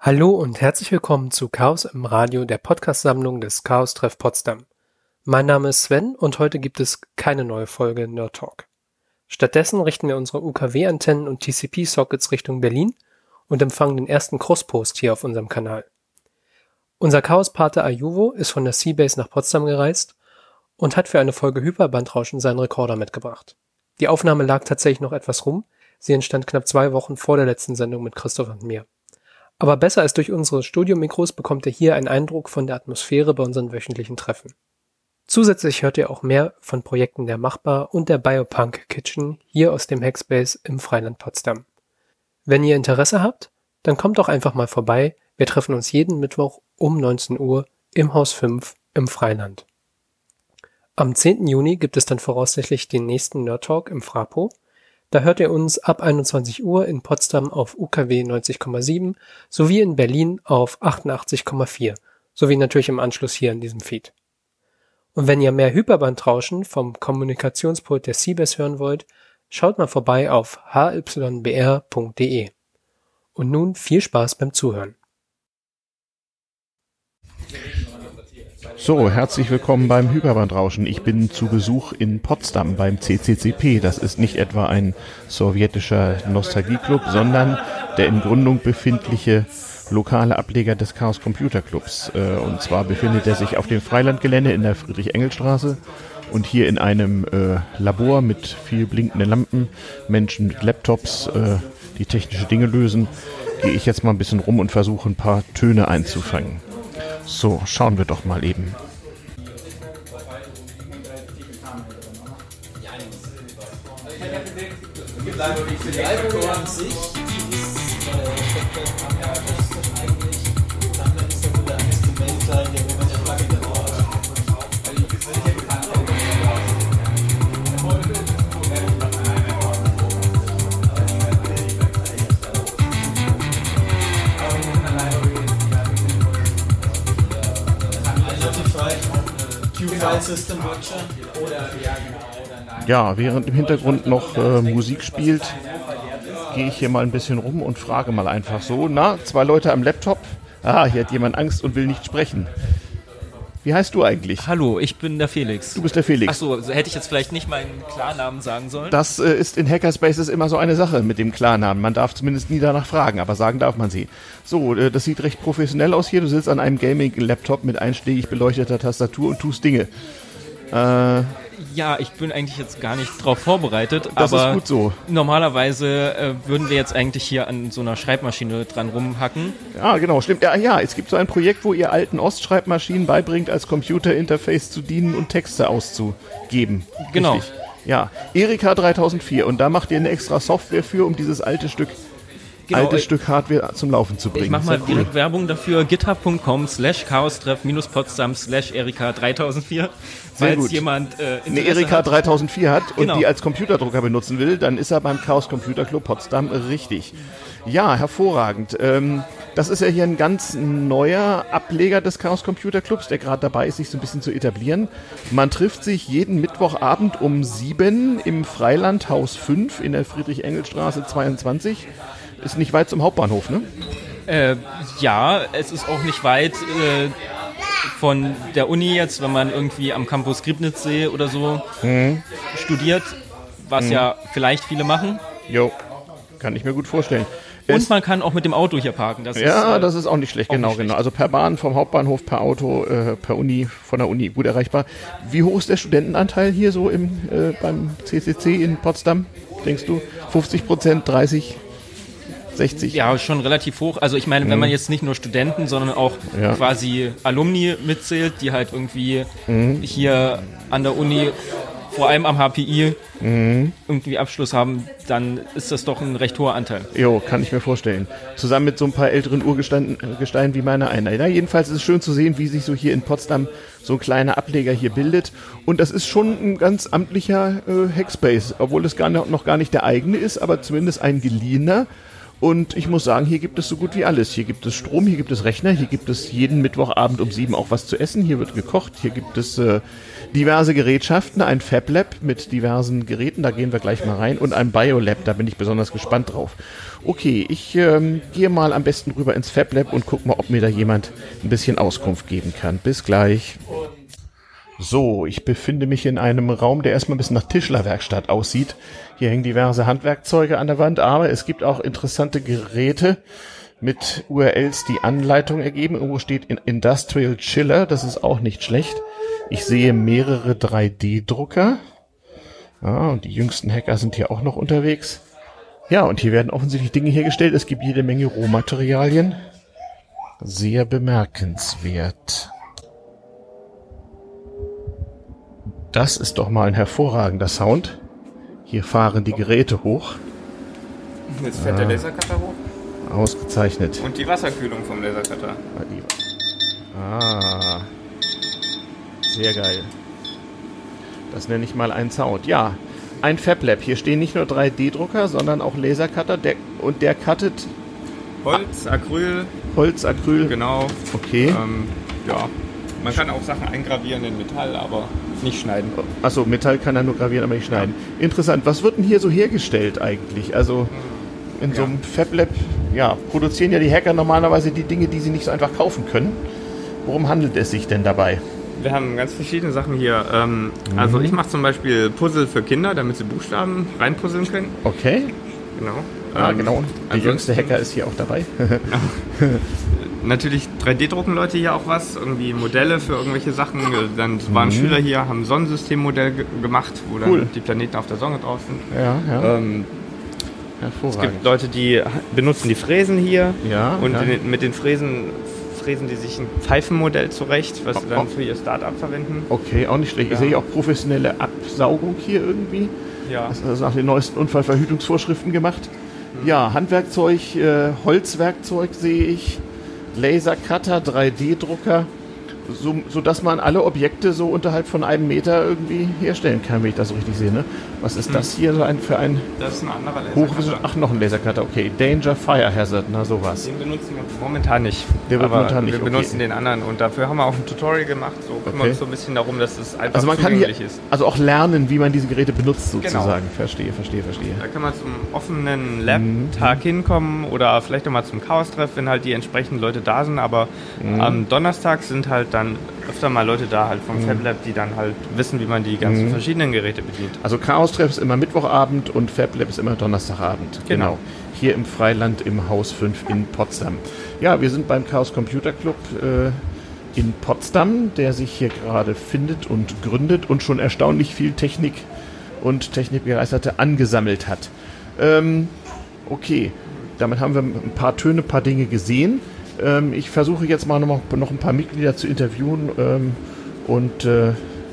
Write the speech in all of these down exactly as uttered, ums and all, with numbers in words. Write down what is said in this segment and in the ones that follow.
Hallo und herzlich willkommen zu Chaos im Radio, der Podcast-Sammlung des Chaos-Treff Potsdam. Mein Name ist Sven und heute gibt es keine neue Folge Nerd Talk. Stattdessen richten wir unsere U K W-Antennen und T C P-Sockets Richtung Berlin und empfangen den ersten Crosspost hier auf unserem Kanal. Unser Chaos-Pate Ayuvo ist von der Seabase nach Potsdam gereist und hat für eine Folge Hyperbandrauschen seinen Rekorder mitgebracht. Die Aufnahme lag tatsächlich noch etwas rum, sie entstand knapp zwei Wochen vor der letzten Sendung mit Christoph und mir. Aber besser als durch unsere Studiomikros bekommt ihr hier einen Eindruck von der Atmosphäre bei unseren wöchentlichen Treffen. Zusätzlich hört ihr auch mehr von Projekten der Machbar und der Biopunk Kitchen hier aus dem Hackspace im Freiland Potsdam. Wenn ihr Interesse habt, dann kommt doch einfach mal vorbei. Wir treffen uns jeden Mittwoch um neunzehn Uhr im Haus fünf im Freiland. Am zehnten Juni gibt es dann voraussichtlich den nächsten Nerd Talk im Frapo. Da hört ihr uns ab einundzwanzig Uhr in Potsdam auf U K W neunzig Komma sieben sowie in Berlin auf achtundachtzig Komma vier, sowie natürlich im Anschluss hier in diesem Feed. Und wenn ihr mehr Hyperbandrauschen vom Kommunikationspult der Seabase hören wollt, schaut mal vorbei auf h y b r punkt d e. Und nun viel Spaß beim Zuhören. So, herzlich willkommen beim Hyperbandrauschen. Ich bin zu Besuch in Potsdam beim C C C P. Das ist nicht etwa ein sowjetischer Nostalgieclub, sondern der in Gründung befindliche lokale Ableger des Chaos Computer Clubs. Und zwar befindet er sich auf dem Freilandgelände in der Friedrich-Engels-Straße und hier in einem äh, Labor mit viel blinkenden Lampen, Menschen mit Laptops, äh, die technische Dinge lösen, gehe ich jetzt mal ein bisschen rum und versuche ein paar Töne einzufangen. So, schauen wir doch mal eben. Ja, während im Hintergrund noch äh, Musik spielt, gehe ich hier mal ein bisschen rum und frage mal einfach so, na, zwei Leute am Laptop, ah, hier hat jemand Angst und will nicht sprechen. Wie heißt du eigentlich? Hallo, ich bin der Felix. Du bist der Felix. Achso, hätte ich jetzt vielleicht nicht meinen Klarnamen sagen sollen? Das äh, ist in Hackerspaces immer so eine Sache mit dem Klarnamen. Man darf zumindest nie danach fragen, aber sagen darf man sie. So, äh, das sieht recht professionell aus hier. Du sitzt an einem Gaming-Laptop mit einschlägig beleuchteter Tastatur und tust Dinge. Äh... Ja, ich bin eigentlich jetzt gar nicht drauf vorbereitet, das aber ist gut so. Normalerweise äh, würden wir jetzt eigentlich hier an so einer Schreibmaschine dran rumhacken. Ja, genau, stimmt. Ja, ja, es gibt so ein Projekt, wo ihr alten Ostschreibmaschinen beibringt, als Computerinterface zu dienen und Texte auszugeben. Genau. Richtig. Ja, Erika dreitausendvier und da macht ihr eine extra Software für, um dieses alte Stück Genau, altes Stück Hardware zum Laufen zu bringen. Ich mach mal direkt cool. Werbung dafür, github punkt com slash chaostreff minus potsdam slash erika dreitausendvier. Falls gut. jemand äh, eine Erika hat. dreitausendvier hat und genau. die als Computerdrucker benutzen will, dann ist er beim Chaos Computer Club Potsdam richtig. Ja, hervorragend. Ähm, das ist ja hier ein ganz neuer Ableger des Chaos Computer Clubs, der gerade dabei ist, sich so ein bisschen zu etablieren. Man trifft sich jeden Mittwochabend um sieben im Freiland Haus fünf in der Friedrich-Engels-Straße zweiundzwanzig. Ist nicht weit zum Hauptbahnhof, ne? Äh, ja, es ist auch nicht weit äh, von der Uni jetzt, wenn man irgendwie am Campus Griebnitzsee oder so mhm. studiert, was mhm. ja vielleicht viele machen. Jo, kann ich mir gut vorstellen. Und es man kann auch mit dem Auto hier parken. Das ja, ist, äh, das ist auch nicht schlecht, genau, nicht schlecht. genau. Also per Bahn vom Hauptbahnhof, per Auto, äh, per Uni, von der Uni gut erreichbar. Wie hoch ist der Studentenanteil hier so im, äh, beim C C C in Potsdam, denkst du? fünfzig Prozent, dreißig? sechzig? Ja, schon relativ hoch. Also ich meine, wenn man jetzt nicht nur Studenten, sondern auch ja. quasi Alumni mitzählt, die halt irgendwie mhm. hier an der Uni, vor allem am H P I, mhm. irgendwie Abschluss haben, dann ist das doch ein recht hoher Anteil. Jo, kann ich mir vorstellen. Zusammen mit so ein paar älteren Urgesteinen Gesteinen wie meiner einer. Ja, jedenfalls ist es schön zu sehen, wie sich so hier in Potsdam so ein kleiner Ableger hier bildet. Und das ist schon ein ganz amtlicher äh, Hackspace, obwohl es gar noch, noch gar nicht der eigene ist, aber zumindest ein geliehener. Und ich muss sagen, hier gibt es so gut wie alles. Hier gibt es Strom, hier gibt es Rechner, hier gibt es jeden Mittwochabend um sieben auch was zu essen. Hier wird gekocht, hier gibt es äh, diverse Gerätschaften, ein Fab Lab mit diversen Geräten, da gehen wir gleich mal rein, und ein Biolab, da bin ich besonders gespannt drauf. Okay, ich ähm, gehe mal am besten rüber ins Fab Lab und guck mal, ob mir da jemand ein bisschen Auskunft geben kann. Bis gleich. So, ich befinde mich in einem Raum, der erstmal ein bisschen nach Tischlerwerkstatt aussieht. Hier hängen diverse Handwerkzeuge an der Wand, aber es gibt auch interessante Geräte mit U R Ls, die Anleitung ergeben. Irgendwo steht Industrial Chiller, das ist auch nicht schlecht. Ich sehe mehrere drei D Drucker. Ja, und die jüngsten Hacker sind hier auch noch unterwegs. Ja, und hier werden offensichtlich Dinge hergestellt. Es gibt jede Menge Rohmaterialien. Sehr bemerkenswert. Das ist doch mal ein hervorragender Sound. Hier fahren die Geräte hoch. Jetzt fährt ah, der Lasercutter hoch. Ausgezeichnet. Und die Wasserkühlung vom Lasercutter. Ah, sehr geil. Das nenne ich mal einen Sound. Ja, ein Fab Lab. Hier stehen nicht nur drei D Drucker, sondern auch Lasercutter. Der, und der cuttet Holz, Acryl. Holz, Acryl. Genau. Okay. Ähm, ja. Man kann auch Sachen eingravieren in Metall, aber nicht schneiden. Achso, Metall kann er nur gravieren, aber nicht schneiden. Ja. Interessant. Was wird denn hier so hergestellt eigentlich? Also in ja. so einem Fab Lab, ja, produzieren ja die Hacker normalerweise die Dinge, die sie nicht so einfach kaufen können. Worum handelt es sich denn dabei? Wir haben ganz verschiedene Sachen hier. Ähm, mhm. Also ich mache zum Beispiel Puzzle für Kinder, damit sie Buchstaben reinpuzzeln können. Okay. Genau. Ah, ähm, genau. Der jüngste Hacker ist hier auch dabei. Natürlich drei D drucken Leute hier auch was, irgendwie Modelle für irgendwelche Sachen. Dann waren mhm. Schüler hier, haben ein Sonnensystemmodell ge- gemacht, wo dann cool. die Planeten auf der Sonne drauf sind. Ja, ja. Ähm, es gibt Leute, die benutzen die Fräsen hier ja, und ja. In, mit den Fräsen fräsen die sich ein Pfeifenmodell zurecht, was oh, sie dann oh. für ihr Start-up verwenden. Okay, auch nicht schlecht. Ja. Ich sehe auch professionelle Absaugung hier irgendwie. Ja. Das ist also nach den neuesten Unfallverhütungsvorschriften gemacht. Mhm. Ja, Handwerkzeug, äh, Holzwerkzeug sehe ich. Lasercutter, drei D Drucker, so, so dass man alle Objekte so unterhalb von einem Meter irgendwie herstellen kann, wenn ich das so richtig sehe. Ne? Was ist hm. das hier so ein, für ein... Das ist ein anderer Lasercutter. Ach, noch ein Lasercutter, okay. Danger, Fire Hazard, na sowas. Den benutzen wir momentan nicht. Der wird momentan nicht, wir benutzen okay. den anderen und dafür haben wir auch ein Tutorial gemacht. So kümmern wir okay. uns so ein bisschen darum, dass es einfach also man zugänglich kann hier ist. Also auch lernen, wie man diese Geräte benutzt sozusagen. Genau. Verstehe, verstehe, verstehe. Da kann man zum offenen Lab-Tag mhm. hinkommen oder vielleicht auch mal zum Chaos-Treff, wenn halt die entsprechenden Leute da sind. Aber mhm. am Donnerstag sind halt dann öfter mal Leute da halt vom mhm. Fab Lab, die dann halt wissen, wie man die ganzen mhm. verschiedenen Geräte bedient. Also Chaos-Treff ist immer Mittwochabend und Fab Lab ist immer Donnerstagabend. Genau. genau. Hier im Freiland im Haus fünf in Potsdam. Ja, wir sind beim Chaos Computer Club äh, in Potsdam, der sich hier gerade findet und gründet und schon erstaunlich viel Technik und Technikbegeisterte angesammelt hat. Ähm, okay, damit haben wir ein paar Töne, ein paar Dinge gesehen. Ähm, ich versuche jetzt mal noch, noch ein paar Mitglieder zu interviewen ähm, und äh,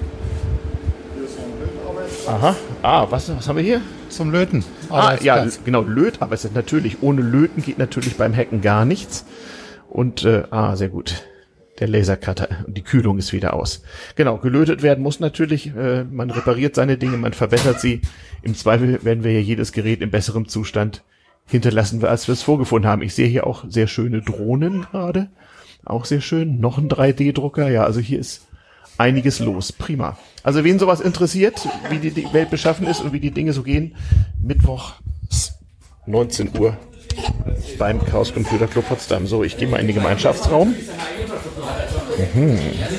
aha, ah, was, was haben wir hier? Zum Löten. Ah, ja, genau, Lötarbeit. Natürlich, ohne Löten geht natürlich beim Hacken gar nichts. Und, äh, ah, sehr gut. Der Lasercutter und die Kühlung ist wieder aus. Genau, gelötet werden muss natürlich. Äh, man repariert seine Dinge, man verbessert sie. Im Zweifel werden wir hier jedes Gerät in besserem Zustand hinterlassen, als wir es vorgefunden haben. Ich sehe hier auch sehr schöne Drohnen gerade. Auch sehr schön. Noch ein drei D Drucker. Ja, also hier ist einiges los. Prima. Also wen sowas interessiert, wie die Welt beschaffen ist und wie die Dinge so gehen, Mittwoch neunzehn Uhr beim Chaos Computer Club Potsdam. So, ich gehe mal in den Gemeinschaftsraum. Mhm.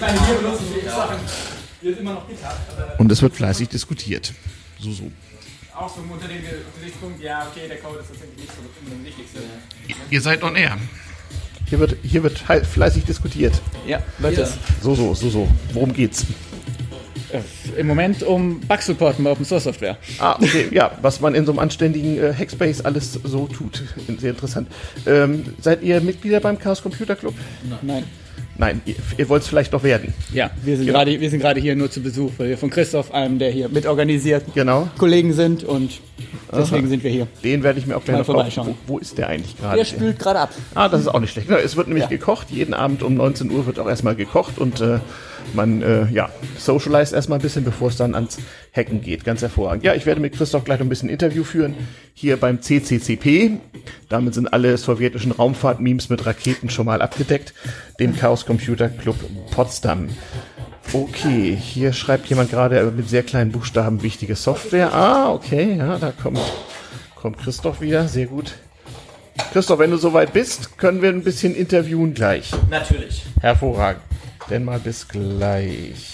Und es wird fleißig diskutiert. So, so. Auch so unter dem Gesichtspunkt, ja, okay, der Code ist tatsächlich nicht so unbedingt wichtigste. Ihr seid on air. Hier wird, hier wird halt fleißig diskutiert. Ja, wird es. So, so, so, so. Worum geht's? Im Moment um Bug-Supporten bei Open-Source-Software. Ah, okay, ja, was man in so einem anständigen äh, Hackspace alles so tut. Sehr interessant. Ähm, seid ihr Mitglieder beim Chaos Computer Club? Nein. Nein, ihr, ihr wollt es vielleicht noch werden. Ja, wir sind genau. gerade wir sind gerade hier nur zu Besuch, weil wir von Christoph, einem der hier mitorganisiert, genau. Kollegen sind und deswegen Aha. sind wir hier. Den werde ich mir auch gerne vorbeischauen. Wo, wo ist der eigentlich gerade? Der spült gerade ab. Ah, das ist auch nicht schlecht. Es wird nämlich ja. gekocht. Jeden Abend um neunzehn Uhr wird auch erstmal gekocht und äh, man, äh, ja, socialize erstmal ein bisschen, bevor es dann ans Hacken geht. Ganz hervorragend. Ja, ich werde mit Christoph gleich noch ein bisschen Interview führen, hier beim C C C P. Damit sind alle sowjetischen Raumfahrt-Memes mit Raketen schon mal abgedeckt, dem Chaos Computer Club Potsdam. Okay, hier schreibt jemand gerade mit sehr kleinen Buchstaben wichtige Software. Ah, okay, ja, da kommt, kommt Christoph wieder, sehr gut. Christoph, wenn du soweit bist, können wir ein bisschen interviewen gleich. Natürlich. Hervorragend. Denn mal bis gleich.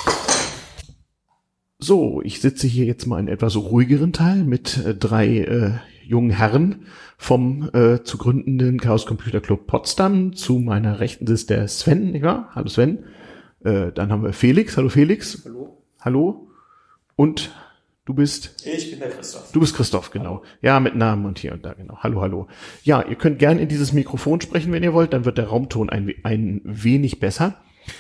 So, ich sitze hier jetzt mal in etwas ruhigeren Teil mit äh, drei äh, jungen Herren vom äh, zu gründenden Chaos Computer Club Potsdam. Zu meiner Rechten ist der Sven, nicht wahr? Hallo Sven. Äh, dann haben wir Felix. Hallo Felix. Hallo. Hallo. Und du bist? Ich bin der Christoph. Du bist Christoph, genau. Hallo. Ja, mit Namen und hier und da, genau. Hallo, hallo. Ja, ihr könnt gerne in dieses Mikrofon sprechen, wenn ihr wollt. Dann wird der Raumton ein, ein wenig besser.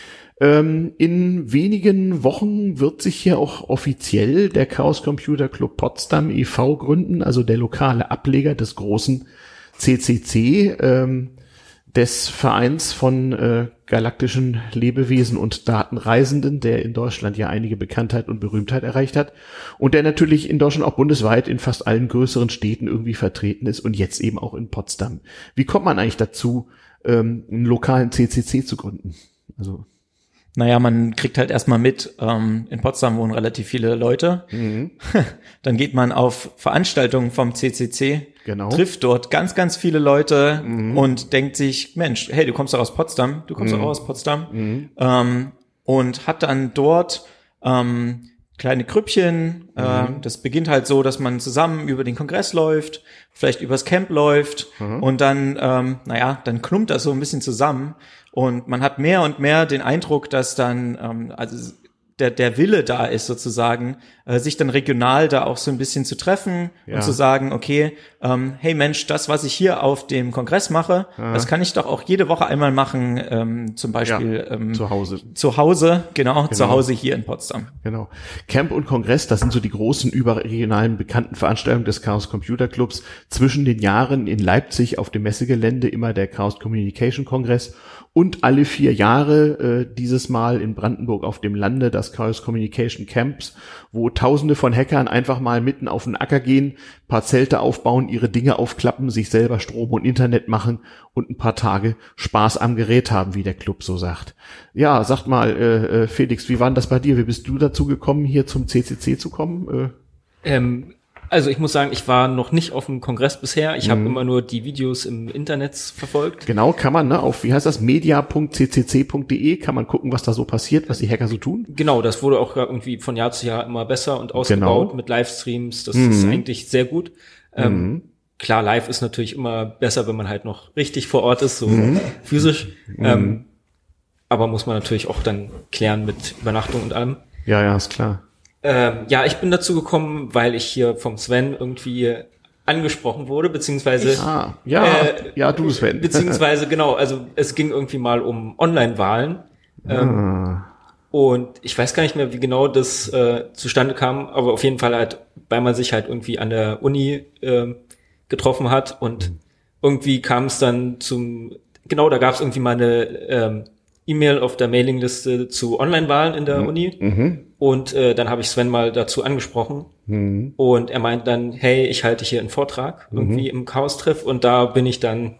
Ähm, in wenigen Wochen wird sich hier auch offiziell der Chaos Computer Club Potsdam e V gründen, also der lokale Ableger des großen C C C, ähm, des Vereins von äh, galaktischen Lebewesen und Datenreisenden, der in Deutschland ja einige Bekanntheit und Berühmtheit erreicht hat und der natürlich in Deutschland auch bundesweit in fast allen größeren Städten irgendwie vertreten ist und jetzt eben auch in Potsdam. Wie kommt man eigentlich dazu, ähm, einen lokalen C C C zu gründen? Also Naja, man kriegt halt erstmal mit, ähm, in Potsdam wohnen relativ viele Leute. Mhm. Dann geht man auf Veranstaltungen vom C C C, genau. Trifft dort ganz, ganz viele Leute mhm. und denkt sich, Mensch, hey, du kommst doch aus Potsdam, du kommst mhm. doch auch aus Potsdam. Mhm. Ähm, und hat dann dort ähm, kleine Krüppchen. Mhm. Äh, das beginnt halt so, dass man zusammen über den Kongress läuft, vielleicht übers Camp läuft mhm. und dann, ähm, naja, dann klumpt das so ein bisschen zusammen. Und man hat mehr und mehr den Eindruck, dass dann ähm, also der der Wille da ist sozusagen, äh, sich dann regional da auch so ein bisschen zu treffen ja. und zu sagen, okay, ähm, hey Mensch, das, was ich hier auf dem Kongress mache, ja. das kann ich doch auch jede Woche einmal machen, ähm, zum Beispiel ja, ähm, zu Hause. Zu Hause, genau, genau, zu Hause hier in Potsdam. Genau. Camp und Kongress, das sind so die großen überregionalen bekannten Veranstaltungen des Chaos Computer Clubs. Zwischen den Jahren in Leipzig auf dem Messegelände immer der Chaos Communication Kongress. Und alle vier Jahre, äh, dieses Mal in Brandenburg auf dem Lande, das Chaos Communication Camps, wo Tausende von Hackern einfach mal mitten auf den Acker gehen, paar Zelte aufbauen, ihre Dinge aufklappen, sich selber Strom und Internet machen und ein paar Tage Spaß am Gerät haben, wie der Club so sagt. Ja, sagt mal, äh, Felix, wie war denn das bei dir? Wie bist du dazu gekommen, hier zum C C C zu kommen? Äh? Ähm, Also ich muss sagen, ich war noch nicht auf dem Kongress bisher. Ich mhm. habe immer nur die Videos im Internet verfolgt. Genau, kann man, ne, auf, wie heißt das, media punkt c c c punkt d e kann man gucken, was da so passiert, was die Hacker so tun. Genau, das wurde auch irgendwie von Jahr zu Jahr immer besser und ausgebaut genau. mit Livestreams. Das mhm. ist eigentlich sehr gut. Ähm, mhm. Klar, live ist natürlich immer besser, wenn man halt noch richtig vor Ort ist, so mhm. physisch. Mhm. Ähm, aber muss man natürlich auch dann klären mit Übernachtung und allem. Ja, ja, ist klar. Ähm, ja, ich bin dazu gekommen, weil ich hier vom Sven irgendwie angesprochen wurde, beziehungsweise ich, ah, ja, äh, ja, du Sven. Beziehungsweise, genau, also es ging irgendwie mal um Online-Wahlen. Ähm, ah. Und ich weiß gar nicht mehr, wie genau das äh, zustande kam, aber auf jeden Fall halt, weil man sich halt irgendwie an der Uni äh, getroffen hat und mhm. irgendwie kam es dann zum, genau, da gab es irgendwie mal eine ähm, E-Mail auf der Mailingliste zu Online-Wahlen in der mhm. Uni. Mhm. Und äh, dann habe ich Sven mal dazu angesprochen. Mhm. Und er meint dann, hey, ich halte hier einen Vortrag mhm. irgendwie im Chaos-Treff. Und da bin ich dann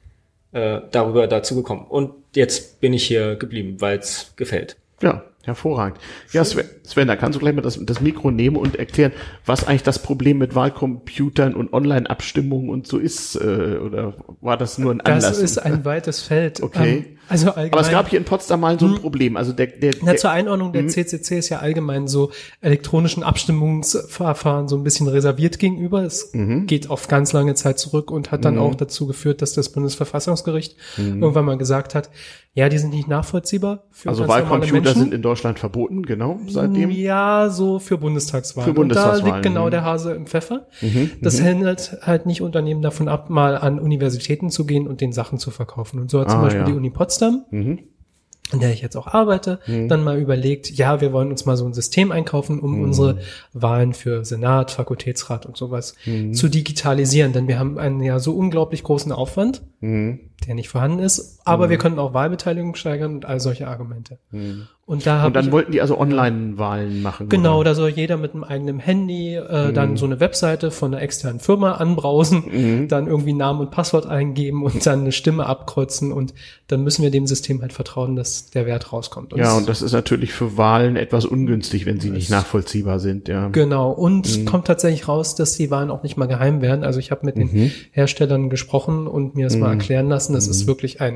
äh, darüber dazu gekommen. Und jetzt bin ich hier geblieben, weil es gefällt. Ja, hervorragend. Ja, Sven, Sven, da kannst du gleich mal das, das Mikro nehmen und erklären, was eigentlich das Problem mit Wahlcomputern und Online-Abstimmungen und so ist. Äh, oder war das nur ein Anlass? Das ist ein weites Feld. Okay. Ähm, also allgemein, aber es gab hier in Potsdam mal so ein hm. Problem. Also der, der, Na, der zur Einordnung, der hm. C C C ist ja allgemein so elektronischen Abstimmungsverfahren so ein bisschen reserviert gegenüber. Es mhm. geht auf ganz lange Zeit zurück und hat dann mhm. auch dazu geführt, dass das Bundesverfassungsgericht mhm. irgendwann mal gesagt hat, ja, die sind nicht nachvollziehbar für also Wahlcomputer sind in Deutschland verboten, genau, seitdem? Ja, so für Bundestagswahlen. Für Bundestagswahlen. Und da liegt genau der Hase im Pfeffer. Mhm. Das mhm. hindert halt nicht Unternehmen davon ab, mal an Universitäten zu gehen und den Sachen zu verkaufen. Und so hat zum ah, Beispiel ja. die Uni Potsdam, mhm. in der ich jetzt auch arbeite, mhm. dann mal überlegt, ja, wir wollen uns mal so ein System einkaufen, um mhm. unsere Wahlen für Senat, Fakultätsrat und sowas mhm. zu digitalisieren. Denn wir haben einen ja so unglaublich großen Aufwand. Mhm. der nicht vorhanden ist. Aber mhm. wir könnten auch Wahlbeteiligung steigern und all solche Argumente. Mhm. Und, da und dann ich, wollten die also Online-Wahlen machen? Genau, oder? Da soll jeder mit einem eigenen Handy äh, mhm. dann so eine Webseite von einer externen Firma anbrausen, mhm. dann irgendwie Namen und Passwort eingeben und dann eine Stimme abkreuzen und dann müssen wir dem System halt vertrauen, dass der Wert rauskommt. Und ja, und das ist natürlich für Wahlen etwas ungünstig, wenn sie nicht nachvollziehbar sind. Ja. Genau, und mhm. kommt tatsächlich raus, dass die Wahlen auch nicht mal geheim werden. Also ich habe mit den mhm. Herstellern gesprochen und mir das mhm. mal erklären lassen. Das mhm. ist wirklich ein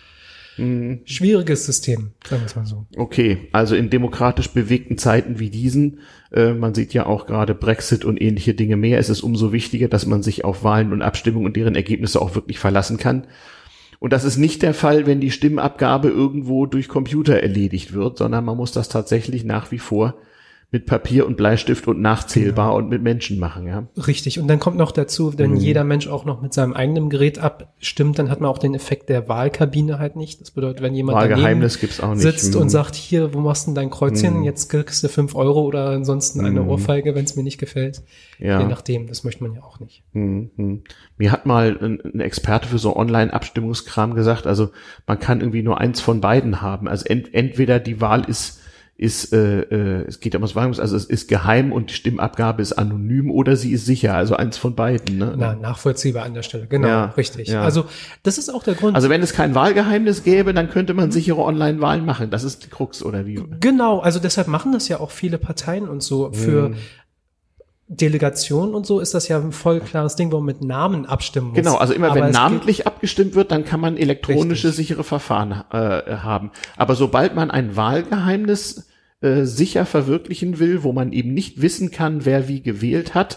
mhm. schwieriges System, sagen wir es mal so. Okay, also in demokratisch bewegten Zeiten wie diesen, äh, man sieht ja auch gerade Brexit und ähnliche Dinge mehr, ist es umso wichtiger, dass man sich auf Wahlen und Abstimmungen und deren Ergebnisse auch wirklich verlassen kann. Und das ist nicht der Fall, wenn die Stimmabgabe irgendwo durch Computer erledigt wird, sondern man muss das tatsächlich nach wie vor mit Papier und Bleistift und nachzählbar genau. und mit Menschen machen, ja. Richtig. Und dann kommt noch dazu, wenn mhm. jeder Mensch auch noch mit seinem eigenen Gerät abstimmt, dann hat man auch den Effekt der Wahlkabine halt nicht. Das bedeutet, wenn jemand daneben gibt's auch nicht. sitzt mhm. und sagt, hier, wo machst du denn dein Kreuzchen? Mhm. Jetzt kriegst du fünf Euro oder ansonsten eine mhm. Ohrfeige, wenn es mir nicht gefällt. Ja. Je nachdem, das möchte man ja auch nicht. Mhm. Mir hat mal ein, ein Experte für so Online-Abstimmungskram gesagt, also man kann irgendwie nur eins von beiden haben. Also ent, entweder die Wahl ist ist, äh, äh, es geht ja um das Wahlungs, also es ist geheim und die Stimmabgabe ist anonym oder sie ist sicher, also eins von beiden. Ne? Na, nachvollziehbar an der Stelle, genau, ja, richtig. Ja. Also das ist auch der Grund. Also wenn es kein Wahlgeheimnis gäbe, dann könnte man sichere Online-Wahlen machen, das ist die Krux, oder wie? Genau, also deshalb machen das ja auch viele Parteien und so. Für hm. Delegation und so ist das ja ein voll klares Ding, wo man mit Namen abstimmen muss. Genau, also immer Aber wenn namentlich abgestimmt wird, dann kann man elektronische richtig. sichere Verfahren äh, haben. Aber sobald man ein Wahlgeheimnis äh, sicher verwirklichen will, wo man eben nicht wissen kann, wer wie gewählt hat,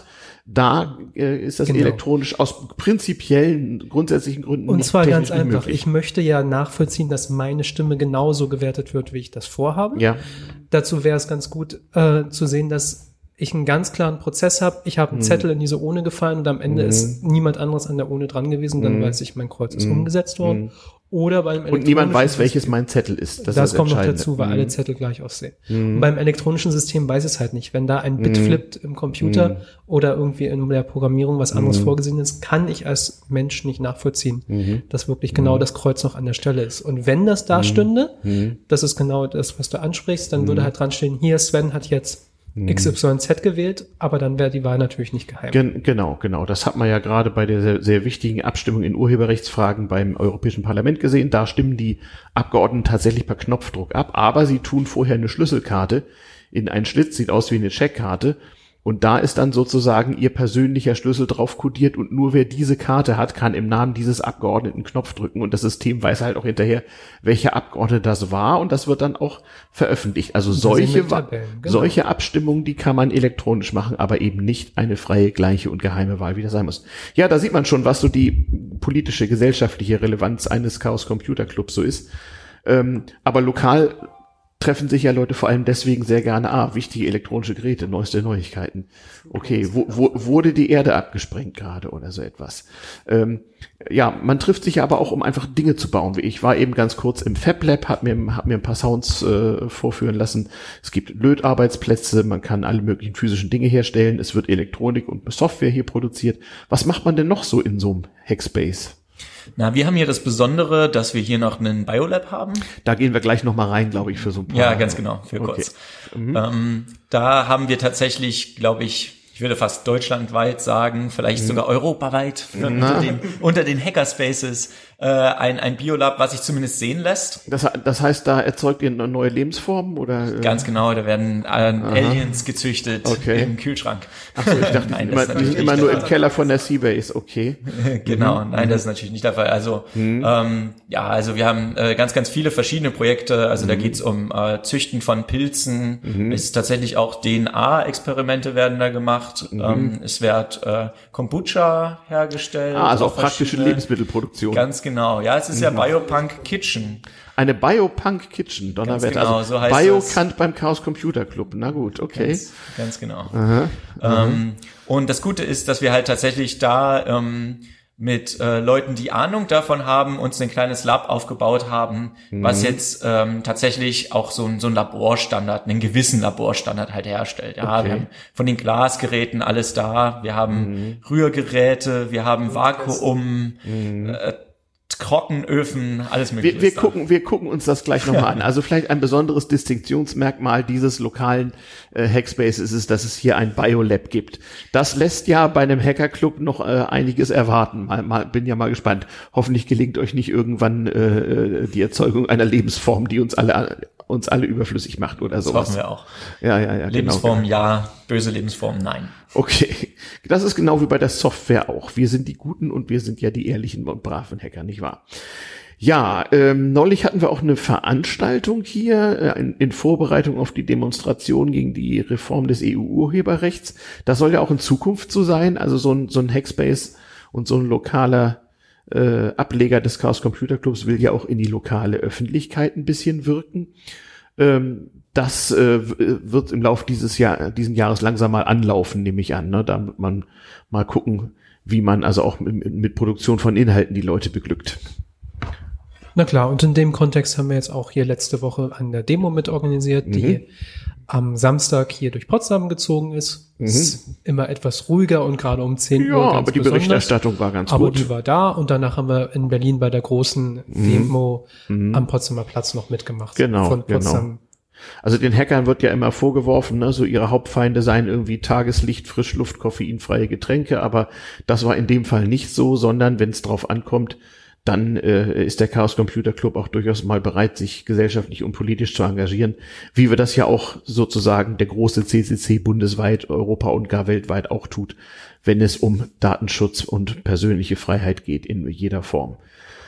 da äh, ist das genau. elektronisch aus prinzipiellen, grundsätzlichen Gründen und nicht zwar ganz technisch einfach. möglich. Ich möchte ja nachvollziehen, dass meine Stimme genauso gewertet wird, wie ich das vorhabe. Ja. Dazu wäre es ganz gut äh, zu sehen, dass ich einen ganz klaren Prozess habe. Ich habe einen mhm. Zettel in diese Urne gefallen und am Ende mhm. ist niemand anderes an der Urne dran gewesen. Dann mhm. weiß ich, mein Kreuz ist mhm. umgesetzt worden. Mhm. Oder beim und niemand weiß, welches mein Zettel ist. Das, das ist kommt noch dazu, weil mhm. alle Zettel gleich aussehen. Mhm. Und beim elektronischen System weiß es halt nicht. Wenn da ein Bit mhm. flippt im Computer mhm. oder irgendwie in der Programmierung was anderes mhm. vorgesehen ist, kann ich als Mensch nicht nachvollziehen, mhm. dass wirklich genau mhm. das Kreuz noch an der Stelle ist. Und wenn das da stünde, mhm. das ist genau das, was du ansprichst, dann mhm. würde halt dran stehen, hier Sven hat jetzt X Y Z gewählt, aber dann wäre die Wahl natürlich nicht geheim. Gen- genau, genau. Das hat man ja gerade bei der sehr, sehr wichtigen Abstimmung in Urheberrechtsfragen beim Europäischen Parlament gesehen. Da stimmen die Abgeordneten tatsächlich per Knopfdruck ab, aber sie tun vorher eine Schlüsselkarte in einen Schlitz, sieht aus wie eine Checkkarte. Und da ist dann sozusagen ihr persönlicher Schlüssel drauf kodiert und nur wer diese Karte hat, kann im Namen dieses Abgeordneten Knopf drücken und das System weiß halt auch hinterher, welcher Abgeordnete das war und das wird dann auch veröffentlicht. Also solche, Tabellen, genau. solche Abstimmungen, die kann man elektronisch machen, aber eben nicht eine freie, gleiche und geheime Wahl, wie das sein muss. Ja, da sieht man schon, was so die politische, gesellschaftliche Relevanz eines Chaos Computer Clubs so ist. Ähm, aber lokal treffen sich ja Leute vor allem deswegen sehr gerne, ah, wichtige elektronische Geräte, neueste Neuigkeiten. Okay, wo, wo wurde die Erde abgesprengt gerade oder so etwas? Ähm, ja, man trifft sich aber auch, um einfach Dinge zu bauen. Ich war eben ganz kurz im Fab Lab, hab mir, hab mir ein paar Sounds äh, vorführen lassen. Es gibt Lötarbeitsplätze, man kann alle möglichen physischen Dinge herstellen, es wird Elektronik und Software hier produziert. Was macht man denn noch so in so einem Hackspace? Na, wir haben hier das Besondere, dass wir hier noch einen Biolab haben. Da gehen wir gleich noch mal rein, glaube ich, für so ein paar. Ja, ganz genau, für okay. kurz. Mhm. Ähm, da haben wir tatsächlich, glaube ich, ich würde fast deutschlandweit sagen, vielleicht mhm. sogar europaweit unter den, unter den Hackerspaces äh, ein, ein Biolab, was sich zumindest sehen lässt. Das, das heißt, da erzeugt ihr neue Lebensformen oder? Ganz genau, da werden äh, Aliens gezüchtet okay. im Kühlschrank. Ach so, ich dachte, nein, immer, die sind immer nur im Keller von der Seabase, okay. Genau, mhm. nein, das ist natürlich nicht der Fall. Also mhm. ähm, ja, also wir haben äh, ganz, ganz viele verschiedene Projekte. Also mhm. da geht's um äh, Züchten von Pilzen. Mhm. Es ist tatsächlich auch D N A-Experimente werden da gemacht. Mhm. Ähm, es wird äh, Kombucha hergestellt. Ah, also auch praktische Lebensmittelproduktion. Ganz genau. Ja, es ist ja Biopunk Kitchen. Eine Biopunk Kitchen, Donnerwetter. Genau, also so heißt Biokant beim Chaos Computer Club. Na gut, okay. Ganz, ganz genau. Aha, aha. Ähm, und das Gute ist, dass wir halt tatsächlich da ähm, mit äh, Leuten, die Ahnung davon haben, uns ein kleines Lab aufgebaut haben, mhm. was jetzt ähm, tatsächlich auch so ein, so ein Laborstandard, einen gewissen Laborstandard halt herstellt. Ja, okay. Wir haben von den Glasgeräten alles da, wir haben mhm. Rührgeräte, wir haben Vakuum, mhm. äh, Trockenöfen, alles mögliche. Wir, wir gucken, wir gucken uns das gleich nochmal an. Also vielleicht ein besonderes Distinktionsmerkmal dieses lokalen äh, Hackspace ist es, dass es hier ein Biolab gibt. Das lässt ja bei einem Hackerclub noch äh, einiges erwarten. Mal, mal, bin ja mal gespannt. Hoffentlich gelingt euch nicht irgendwann äh, die Erzeugung einer Lebensform, die uns alle uns alle überflüssig macht oder sowas. Das hoffen wir auch. Ja, ja, ja. Lebensform genau. ja, böse Lebensform nein. Okay, das ist genau wie bei der Software auch. Wir sind die Guten und wir sind ja die ehrlichen und braven Hacker, nicht wahr? Ja, ähm, neulich hatten wir auch eine Veranstaltung hier äh, in, in Vorbereitung auf die Demonstration gegen die Reform des E U-Urheberrechts. Das soll ja auch in Zukunft so sein, also so ein, so ein Hackspace und so ein lokaler äh, Ableger des Chaos Computer Clubs will ja auch in die lokale Öffentlichkeit ein bisschen wirken. Ähm, Das äh, wird im Laufe dieses Jahr, diesen Jahres langsam mal anlaufen, nehme ich an, ne? Da wird man mal gucken, wie man also auch mit, mit Produktion von Inhalten die Leute beglückt. Na klar, und in dem Kontext haben wir jetzt auch hier letzte Woche an der Demo mitorganisiert, die mhm. am Samstag hier durch Potsdam gezogen ist. Mhm. Ist immer etwas ruhiger und gerade um zehn ja, Uhr ganz aber die besonders. Berichterstattung war ganz aber gut. Aber die war da und danach haben wir in Berlin bei der großen mhm. Demo mhm. am Potsdamer Platz noch mitgemacht. Genau, von Potsdam. Genau. Also den Hackern wird ja immer vorgeworfen, ne, so ihre Hauptfeinde seien irgendwie Tageslicht, Frischluft, koffeinfreie Getränke, aber das war in dem Fall nicht so, sondern wenn es drauf ankommt, dann äh, ist der Chaos Computer Club auch durchaus mal bereit, sich gesellschaftlich und politisch zu engagieren, wie wir das ja auch sozusagen der große C C C bundesweit, Europa und gar weltweit auch tut, wenn es um Datenschutz und persönliche Freiheit geht in jeder Form.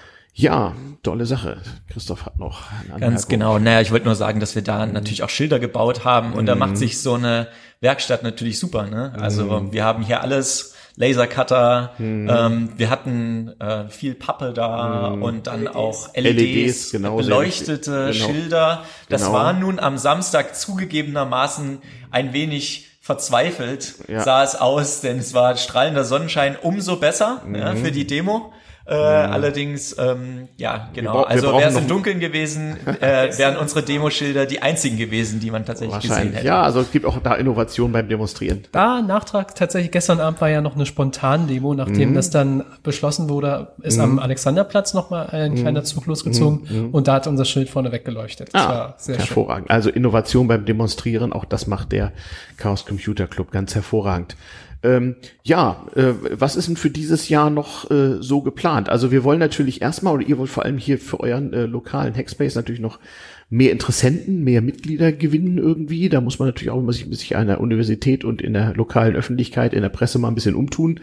Ja, tolle Sache. Christoph hat noch eine Anmerkung. Ganz genau. Naja, ich wollte nur sagen, dass wir da mhm. natürlich auch Schilder gebaut haben und mhm. da macht sich so eine Werkstatt natürlich super, ne? Also mhm. wir haben hier alles, Lasercutter, mhm. ähm, wir hatten äh, viel Pappe da mhm. und dann L E Ds. Auch L E Ds, L E Ds genau, beleuchtete genau. Schilder. Das genau. war nun am Samstag zugegebenermaßen ein wenig verzweifelt, ja. sah es aus, denn es war strahlender Sonnenschein, umso besser mhm. ja, für die Demo. Äh, mhm. Allerdings, ähm, ja, genau. Wir, also wäre es im Dunkeln gewesen, äh, wären unsere Demoschilder die einzigen gewesen, die man tatsächlich gesehen hätte. Ja, also es gibt auch da Innovationen beim Demonstrieren. Da, Nachtrag, tatsächlich gestern Abend war ja noch eine Spontandemo, nachdem mhm. das dann beschlossen wurde, ist mhm. am Alexanderplatz nochmal ein mhm. kleiner Zug losgezogen mhm. und da hat unser Schild vorne weggeleuchtet. Das ah, war sehr hervorragend. schön. Also Innovation beim Demonstrieren, auch das macht der Chaos Computer Club ganz hervorragend. Ähm, ja, äh, was ist denn für dieses Jahr noch äh, so geplant? Also wir wollen natürlich erstmal, oder ihr wollt vor allem hier für euren äh, lokalen Hackspace natürlich noch mehr Interessenten, mehr Mitglieder gewinnen irgendwie. Da muss man natürlich auch immer sich, sich an der Universität und in der lokalen Öffentlichkeit, in der Presse mal ein bisschen umtun.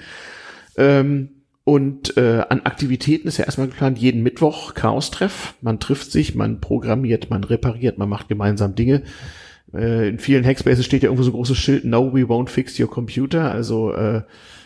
Ähm, und äh, an Aktivitäten ist ja erstmal geplant, jeden Mittwoch Chaos-Treff. Man trifft sich, man programmiert, man repariert, man macht gemeinsam Dinge. In vielen Hackspaces steht ja irgendwo so ein großes Schild, no, we won't fix your computer, also äh,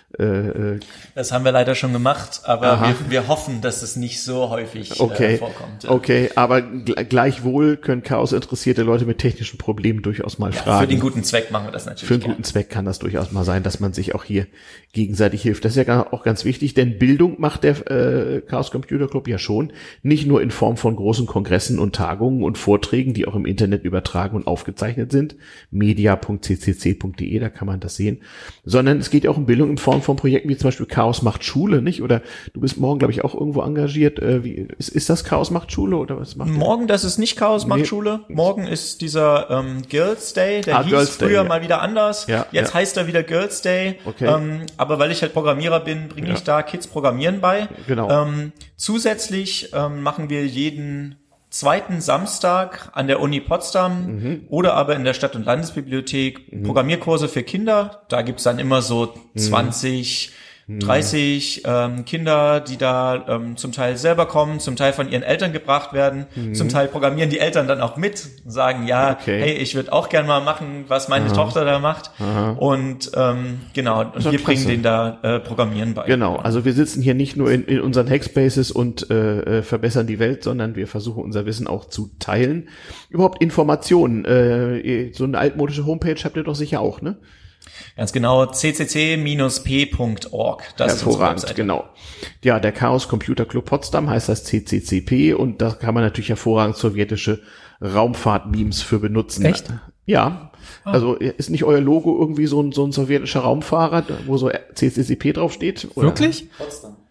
äh, das haben wir leider schon gemacht, aber wir, wir hoffen, dass es nicht so häufig okay. äh, vorkommt. Ja. Okay, aber gleichwohl können Chaos-interessierte Leute mit technischen Problemen durchaus mal ja, fragen. Für den guten Zweck machen wir das natürlich. Für einen guten Zweck kann das durchaus mal sein, dass man sich auch hier gegenseitig hilft. Das ist ja auch ganz wichtig, denn Bildung macht der äh, Chaos Computer Club ja schon, nicht nur in Form von großen Kongressen und Tagungen und Vorträgen, die auch im Internet übertragen und aufgezeichnet sind, media punkt c c c punkt d e, da kann man das sehen, sondern es geht ja auch um Bildung in Form von Projekten wie zum Beispiel Chaos macht Schule, nicht? Oder du bist morgen, glaube ich, auch irgendwo engagiert. Äh, wie, ist, ist das Chaos macht Schule oder was macht Morgen, der? Das ist nicht Chaos macht nee. Schule. Morgen ist dieser ähm, Girls Day, der ah, hieß Girls früher Day, ja. mal wieder anders. Ja, Jetzt ja. heißt er wieder Girls Day. Okay. Ähm, aber weil ich halt Programmierer bin, bringe ja. ich da Kids Programmieren bei. Genau. Ähm, zusätzlich ähm, machen wir jeden zweiten Samstag an der Uni Potsdam mhm. oder aber in der Stadt- und Landesbibliothek mhm. Programmierkurse für Kinder. Da gibt's dann immer so zwanzig, mhm. dreißig ähm, Kinder, die da ähm, zum Teil selber kommen, zum Teil von ihren Eltern gebracht werden, mhm. zum Teil programmieren die Eltern dann auch mit und sagen, ja, okay. hey, ich würde auch gerne mal machen, was meine Aha. Tochter da macht. Aha. Und ähm, genau, und wir bringen denen da äh, Programmieren bei. Genau, also wir sitzen hier nicht nur in, in unseren Hackspaces und äh, verbessern die Welt, sondern wir versuchen unser Wissen auch zu teilen. Überhaupt Informationen, äh, so eine altmodische Homepage habt ihr doch sicher auch, ne? Ganz genau, c c c Bindestrich p Punkt org. Das Hervorragend, ist genau. Ja, der Chaos Computer Club Potsdam heißt das C C C P und da kann man natürlich hervorragend sowjetische Raumfahrt-Memes für benutzen. Echt? Ja. Ah. Also ist nicht euer Logo irgendwie so ein, so ein sowjetischer Raumfahrer, wo so C C C P draufsteht? Oder? Wirklich? Potsdam.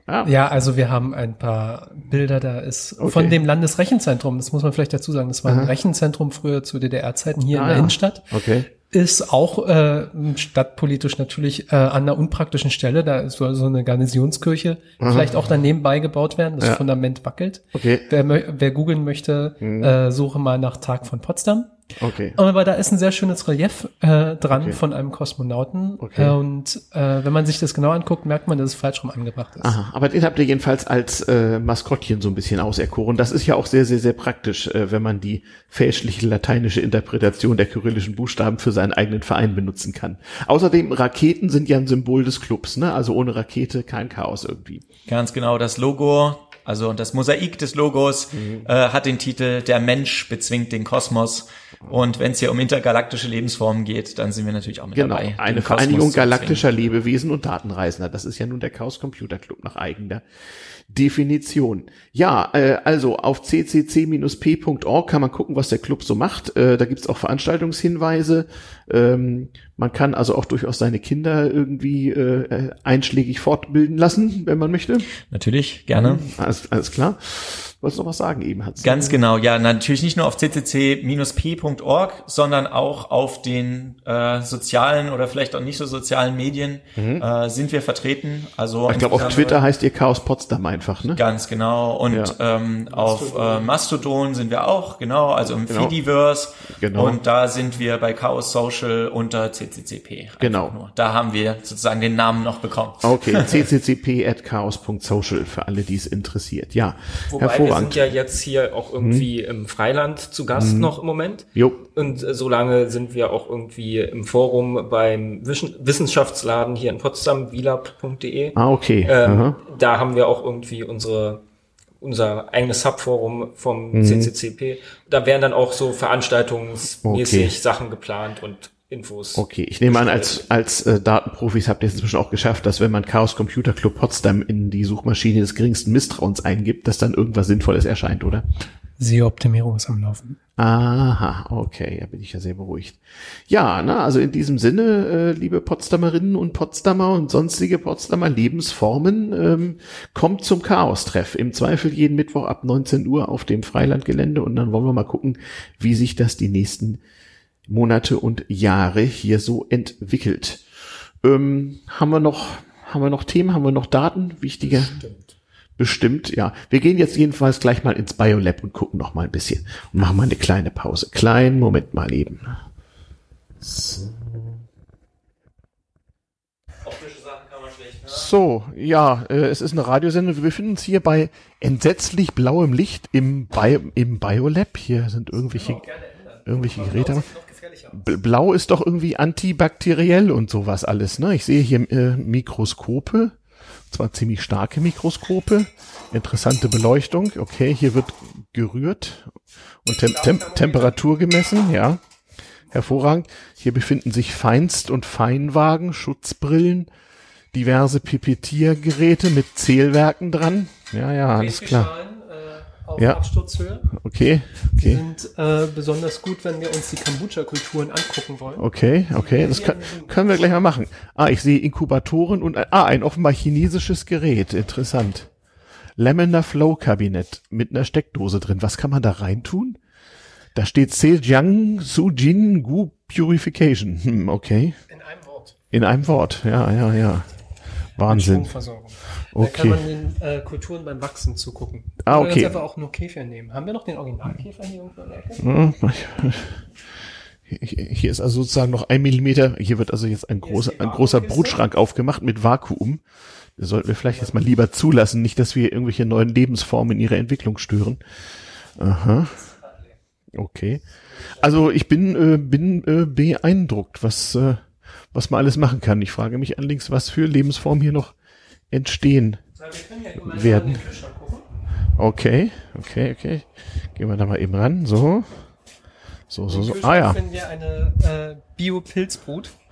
Ah. Ja, also wir haben ein paar Bilder, da ist okay. von dem Landesrechenzentrum, das muss man vielleicht dazu sagen, das war Aha. ein Rechenzentrum früher zu D D R-Zeiten hier ah, in der ja. Innenstadt. Okay. Ist auch äh, stadtpolitisch natürlich äh, an einer unpraktischen Stelle, da soll so eine Garnisonskirche Aha. vielleicht auch daneben beigebaut werden, das ja. Fundament wackelt. Okay. Wer, wer googeln möchte, mhm. äh, suche mal nach Tag von Potsdam. Okay. Aber da ist ein sehr schönes Relief äh, dran okay. von einem Kosmonauten. Okay. Äh, und äh, wenn man sich das genau anguckt, merkt man, dass es falsch rum angebracht ist. Aha, aber den habt ihr jedenfalls als äh, Maskottchen so ein bisschen auserkoren. Das ist ja auch sehr, sehr, sehr praktisch, äh, wenn man die fälschliche lateinische Interpretation der kyrillischen Buchstaben für seinen eigenen Verein benutzen kann. Außerdem, Raketen sind ja ein Symbol des Clubs, ne? Also ohne Rakete kein Chaos irgendwie. Ganz genau, das Logo, also das Mosaik des Logos mhm. äh, hat den Titel Der Mensch bezwingt den Kosmos. Und wenn es hier um intergalaktische Lebensformen geht, dann sind wir natürlich auch mit genau, dabei. Eine Vereinigung galaktischer Lebewesen und Datenreisender. Das ist ja nun der Chaos Computer Club nach eigener Definition. Ja, äh, also auf c c c Bindestrich p Punkt org kann man gucken, was der Club so macht. Äh, da gibt's auch Veranstaltungshinweise. Ähm, man kann also auch durchaus seine Kinder irgendwie äh, einschlägig fortbilden lassen, wenn man möchte. Natürlich, gerne. Mhm, alles, alles klar. Wolltest du noch was sagen eben? Hat's Ganz genau, ja, natürlich nicht nur auf c c c Bindestrich p Punkt org, sondern auch auf den äh, sozialen oder vielleicht auch nicht so sozialen Medien mhm. äh, sind wir vertreten. Also ich glaube, auf Twitter heißt ihr Chaos Potsdam einfach, ne? Ganz genau. Und ja. ähm, auf äh, Mastodon sind wir auch, genau, also im genau. Fediverse. Genau. Und da sind wir bei Chaos Social unter c c c p. Genau. Nur. Da haben wir sozusagen den Namen noch bekommen. Okay, c c c p at chaos Punkt social für alle, die es interessiert. Ja, Wobei wir sind ja jetzt hier auch irgendwie hm. im Freiland zu Gast hm. noch im Moment. Jo. Und äh, solange sind wir auch irgendwie im Forum beim Wissen- Wissenschaftsladen hier in Potsdam, wilab Punkt de. Ah, okay. Ähm, da haben wir auch irgendwie unsere unser eigenes Subforum vom mhm. C C C P. Da werden dann auch so veranstaltungsmäßig okay. Sachen geplant und Infos. Okay, ich nehme an, als als äh, Datenprofis habt ihr es inzwischen auch geschafft, dass wenn man Chaos Computer Club Potsdam in die Suchmaschine des geringsten Misstrauens eingibt, dass dann irgendwas Sinnvolles erscheint, oder? S E O-Optimierung ist am Laufen. Aha, okay, da bin ich ja sehr beruhigt. Ja, na, also in diesem Sinne, äh, liebe Potsdamerinnen und Potsdamer und sonstige Potsdamer Lebensformen, ähm, kommt zum Chaos-Treff. Im Zweifel jeden Mittwoch ab neunzehn Uhr auf dem Freilandgelände und dann wollen wir mal gucken, wie sich das die nächsten Monate und Jahre hier so entwickelt. Ähm, haben wir noch, haben wir noch Themen, haben wir noch Daten? Wichtige? Bestimmt. Bestimmt, ja. Wir gehen jetzt jedenfalls gleich mal ins Biolab und gucken noch mal ein bisschen und machen mal eine kleine Pause. Kleinen Moment mal eben. So. Optische Sachen kann man schlecht hören. So, ja, äh, es ist eine Radiosendung. Wir befinden uns hier bei entsetzlich blauem Licht im, Bi- im Biolab. Hier sind irgendwelche, irgendwelche Geräte. Blau ist doch irgendwie antibakteriell und sowas alles, ne? Ich sehe hier äh, Mikroskope. Zwar ziemlich starke Mikroskope, interessante Beleuchtung. Okay, hier wird gerührt und Tem- Tem- Temperatur gemessen, ja. Hervorragend. Hier befinden sich Feinst- und Feinwagen, Schutzbrillen, diverse Pipettiergeräte mit Zählwerken dran. Ja, ja, alles klar. Auf ja. Absturzhöhe. Okay, okay. Die sind äh, besonders gut, wenn wir uns die Kombucha-Kulturen angucken wollen. Okay, okay, das kann, können wir gleich mal machen. Ah, ich sehe Inkubatoren und ah, ein offenbar chinesisches Gerät. Interessant. Laminar Flow Kabinett mit einer Steckdose drin. Was kann man da reintun? Da steht Zhejiang Sujin Gu Purification. Hm, okay. In einem Wort. In einem Wort, ja, ja, ja. Wahnsinn. Stromversorgung. Okay. Da kann man den äh, Kulturen beim Wachsen zugucken. Ah, okay. okay. Oder einfach auch nur Käfer nehmen. Haben wir noch den Originalkäfer hier irgendwo in der Ecke? Hier ist also sozusagen noch ein Millimeter. Hier wird also jetzt ein großer, ein großer Brutschrank aufgemacht mit Vakuum. Das sollten wir vielleicht jetzt mal lieber zulassen, nicht, dass wir irgendwelche neuen Lebensformen in ihrer Entwicklung stören. Aha. Okay. Also ich bin, äh, bin äh, beeindruckt, was, äh, was man alles machen kann. Ich frage mich allerdings, was für Lebensformen hier noch entstehen ja, werden. Okay, okay, okay. Gehen wir da mal eben ran. So. So, so, so. Ah ja. Finden wir eine äh, Bio-Pilzbrut.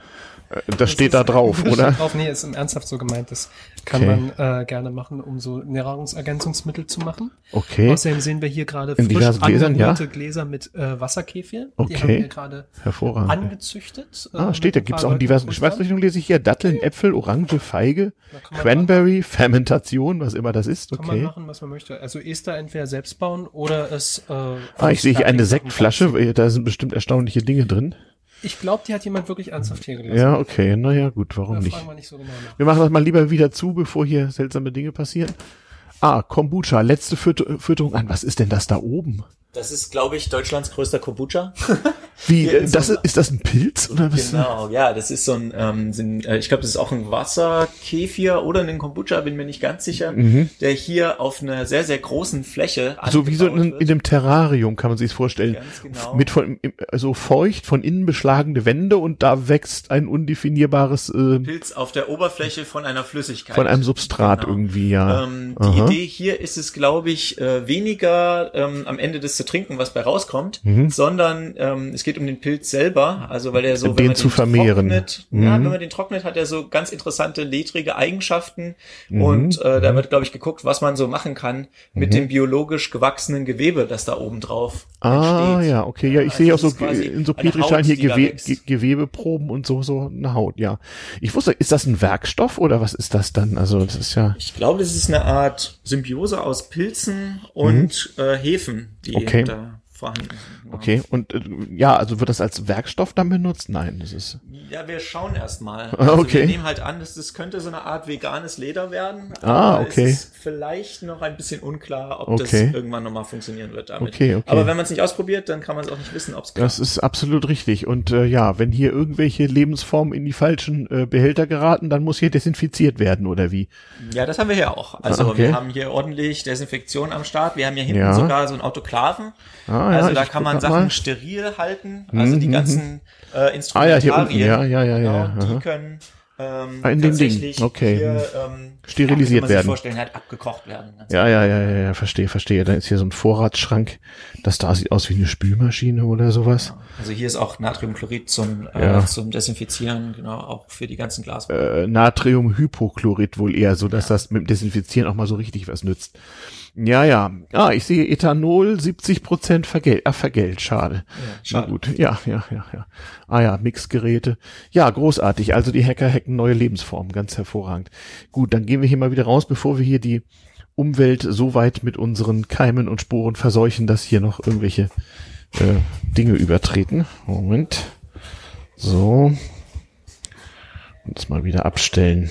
Das, das steht ist, da drauf, das oder? Steht drauf. Nee, ist im Ernsthaft so gemeint. Das kann okay. man äh, gerne machen, um so Nahrungsergänzungsmittel zu machen. Okay. Außerdem sehen wir hier gerade frisch angerührte ja? Gläser mit äh, Wasserkefir. Okay. Die haben wir gerade angezüchtet. Ah, steht da. Gibt es auch in diversen Geschmacksrichtungen, lese ich hier. Datteln, Äpfel, Orange, Feige, Cranberry, machen. Fermentation, was immer das ist. Okay. Kann man machen, was man möchte. Also Ester entweder selbst bauen oder es... Äh, ah, ich sehe hier eine Sektflasche. Da sind bestimmt erstaunliche Dinge drin. Ich glaube, die hat jemand wirklich ernsthaft hier gelassen. Ja, okay. Naja, gut, warum nicht? Wir, nicht so genau wir machen das mal lieber wieder zu, bevor hier seltsame Dinge passieren. Ah, Kombucha, letzte Fütter- Fütterung an. Was ist denn das da oben? Das ist, glaube ich, Deutschlands größter Kombucha. Wie, äh, das ist, ist das ein Pilz oder was? Genau, ja, das ist so ein, ähm, sind, äh, ich glaube, das ist auch ein Wasserkefir oder ein Kombucha, bin mir nicht ganz sicher, mhm. der hier auf einer sehr, sehr großen Fläche so wie so in, in einem Terrarium kann man sich vorstellen. Ganz genau. Mit von, so feucht, von innen beschlagene Wände und da wächst ein undefinierbares äh, Pilz auf der Oberfläche von einer Flüssigkeit. Von einem Substrat genau. irgendwie, ja. Ähm, die Aha. Idee hier ist es, glaube ich, äh, weniger ähm, am Ende des zu trinken, was bei rauskommt, mhm. sondern ähm, es geht um den Pilz selber, also weil er so, den wenn man zu den vermehren. trocknet, mhm. ja, wenn man den trocknet, hat er so ganz interessante ledrige Eigenschaften mhm. und äh, da wird, glaube ich, geguckt, was man so machen kann mit mhm. dem biologisch gewachsenen Gewebe, das da oben drauf ah, entsteht. ja, okay, ja, ich also sehe auch so in so Petrischalen hier Gewe- Ge- Gewebeproben und so, so eine Haut, ja. Ich wusste, ist das ein Werkstoff oder was ist das dann? Also das ist ja... Ich glaube, das ist eine Art Symbiose aus Pilzen und mhm. äh, Hefen, die okay. da vorhanden sind. Genau. Okay, und äh, ja, also wird das als Werkstoff dann benutzt? Nein, das ist... Ja, wir schauen erst mal. Also okay. wir nehmen halt an, dass das könnte so eine Art veganes Leder werden. Ah, okay. Es ist vielleicht noch ein bisschen unklar, ob okay. das irgendwann nochmal funktionieren wird damit. Okay, okay. Aber wenn man es nicht ausprobiert, dann kann man es auch nicht wissen, ob es klappt. Das ist absolut richtig. Und äh, ja, wenn hier irgendwelche Lebensformen in die falschen äh, Behälter geraten, dann muss hier desinfiziert werden, oder wie? Ja, das haben wir hier auch. Also okay. wir haben hier ordentlich Desinfektion am Start. Wir haben hier hinten ja. sogar so einen Autoklaven. Ah, also ja, da kann man Sachen mal. steril halten. Also mhm. die ganzen äh, Instrumentarien, ah, ja, hier unten. Ja, ja, ja, ja, genau, ja. die können ähm, ah, in tatsächlich dem Ding. Okay. hier ähm, sterilisiert ja, werden. Sich vorstellen, halt abgekocht werden. Ja, ja, ja, ja, ja, verstehe, verstehe. Da ist hier so ein Vorratsschrank. Das da sieht aus wie eine Spülmaschine oder sowas. Genau. Also hier ist auch Natriumchlorid zum ja. äh, zum Desinfizieren, genau, auch für die ganzen Glas. Äh, Natriumhypochlorid wohl eher, so dass ja. das mit dem Desinfizieren auch mal so richtig was nützt. Ja, ja. Ah, ich sehe Ethanol, siebzig Prozent Vergelt. Ach, Vergelt, schade. Ja, schade. Na gut. Ja, ja, ja, ja. Ah ja, Mixgeräte. Ja, großartig. Also die Hacker hacken neue Lebensformen. Ganz hervorragend. Gut, dann gehen wir hier mal wieder raus, bevor wir hier die Umwelt so weit mit unseren Keimen und Sporen verseuchen, dass hier noch irgendwelche äh, Dinge übertreten. Moment. So. Uns mal wieder abstellen.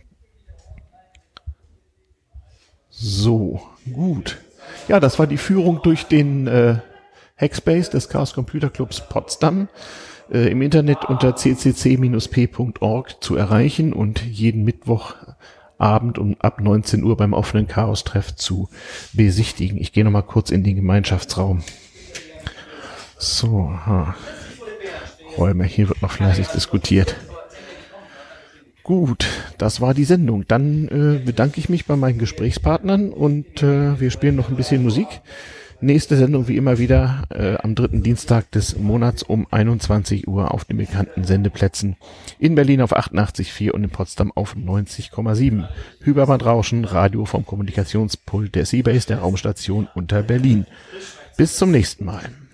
So, gut. Ja, das war die Führung durch den äh, Hackspace des Chaos Computer Clubs Potsdam. Äh, im Internet unter c c c Bindestrich p Punkt org zu erreichen und jeden Mittwochabend um ab neunzehn Uhr beim offenen Chaos-Treff zu besichtigen. Ich gehe nochmal kurz in den Gemeinschaftsraum. So, ha. Räume, hier wird noch fleißig diskutiert. Gut, das war die Sendung. Dann äh, bedanke ich mich bei meinen Gesprächspartnern und äh, wir spielen noch ein bisschen Musik. Nächste Sendung wie immer wieder äh, am dritten Dienstag des Monats um einundzwanzig Uhr auf den bekannten Sendeplätzen. In Berlin auf achtundachtzig Komma vier und in Potsdam auf neunzig Komma sieben. Hyperbandrauschen, Radio vom Kommunikationspult der Seabase der Raumstation unter Berlin. Bis zum nächsten Mal.